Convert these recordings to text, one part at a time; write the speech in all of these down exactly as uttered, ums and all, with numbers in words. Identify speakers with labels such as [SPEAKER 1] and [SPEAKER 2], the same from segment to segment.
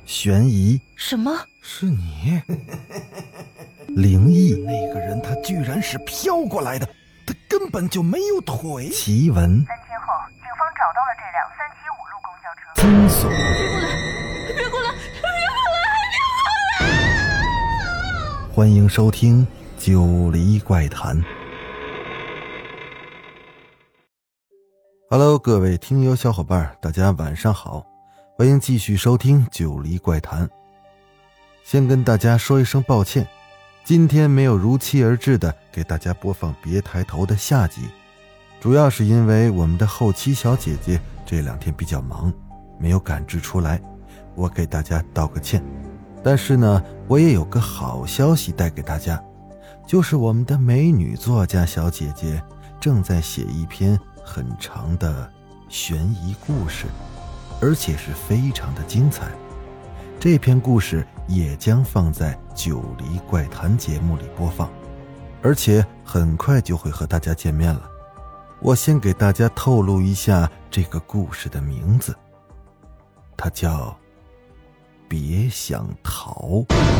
[SPEAKER 1] 悬疑。
[SPEAKER 2] 什么？
[SPEAKER 3] 是你？
[SPEAKER 1] 灵异。
[SPEAKER 3] 那个人他居然是飘过来的，他根本就没有腿。
[SPEAKER 1] 奇闻。
[SPEAKER 4] 三天后，警方找到了这辆三七五路公交车。
[SPEAKER 1] 惊悚。
[SPEAKER 2] 别过来！别过来！别过来！别过来！
[SPEAKER 1] 欢迎收听九黎怪谈。Hello， 各位听友小伙伴，大家晚上好，欢迎继续收听九黎怪谈。先跟大家说一声抱歉，今天没有如期而至的给大家播放别抬头的下集，主要是因为我们的后期小姐姐这两天比较忙，没有赶制出来，我给大家道个歉。但是呢，我也有个好消息带给大家，就是我们的美女作家小姐姐正在写一篇很长的悬疑故事，而且是非常的精彩。这篇故事也将放在九黎怪谈节目里播放，而且很快就会和大家见面了。我先给大家透露一下这个故事的名字，它叫别想逃。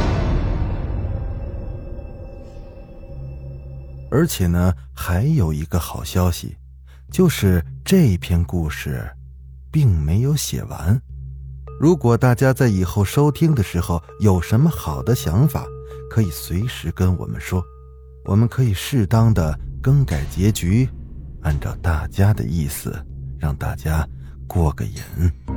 [SPEAKER 1] 而且呢，还有一个好消息，就是这篇故事并没有写完。如果大家在以后收听的时候有什么好的想法，可以随时跟我们说，我们可以适当的更改结局，按照大家的意思让大家过个瘾。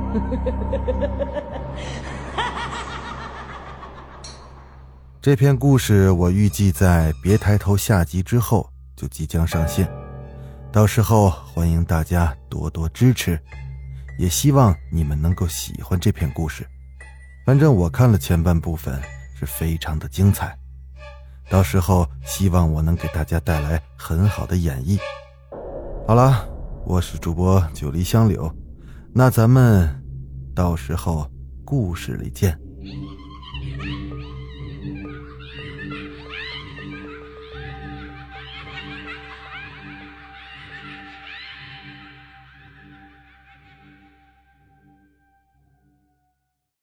[SPEAKER 1] 这篇故事我预计在别抬头下集之后就即将上线，到时候欢迎大家多多支持，也希望你们能够喜欢这篇故事。反正我看了前半部分是非常的精彩，到时候希望我能给大家带来很好的演绎。好了，我是主播九黎香柳，那咱们到时候故事里见。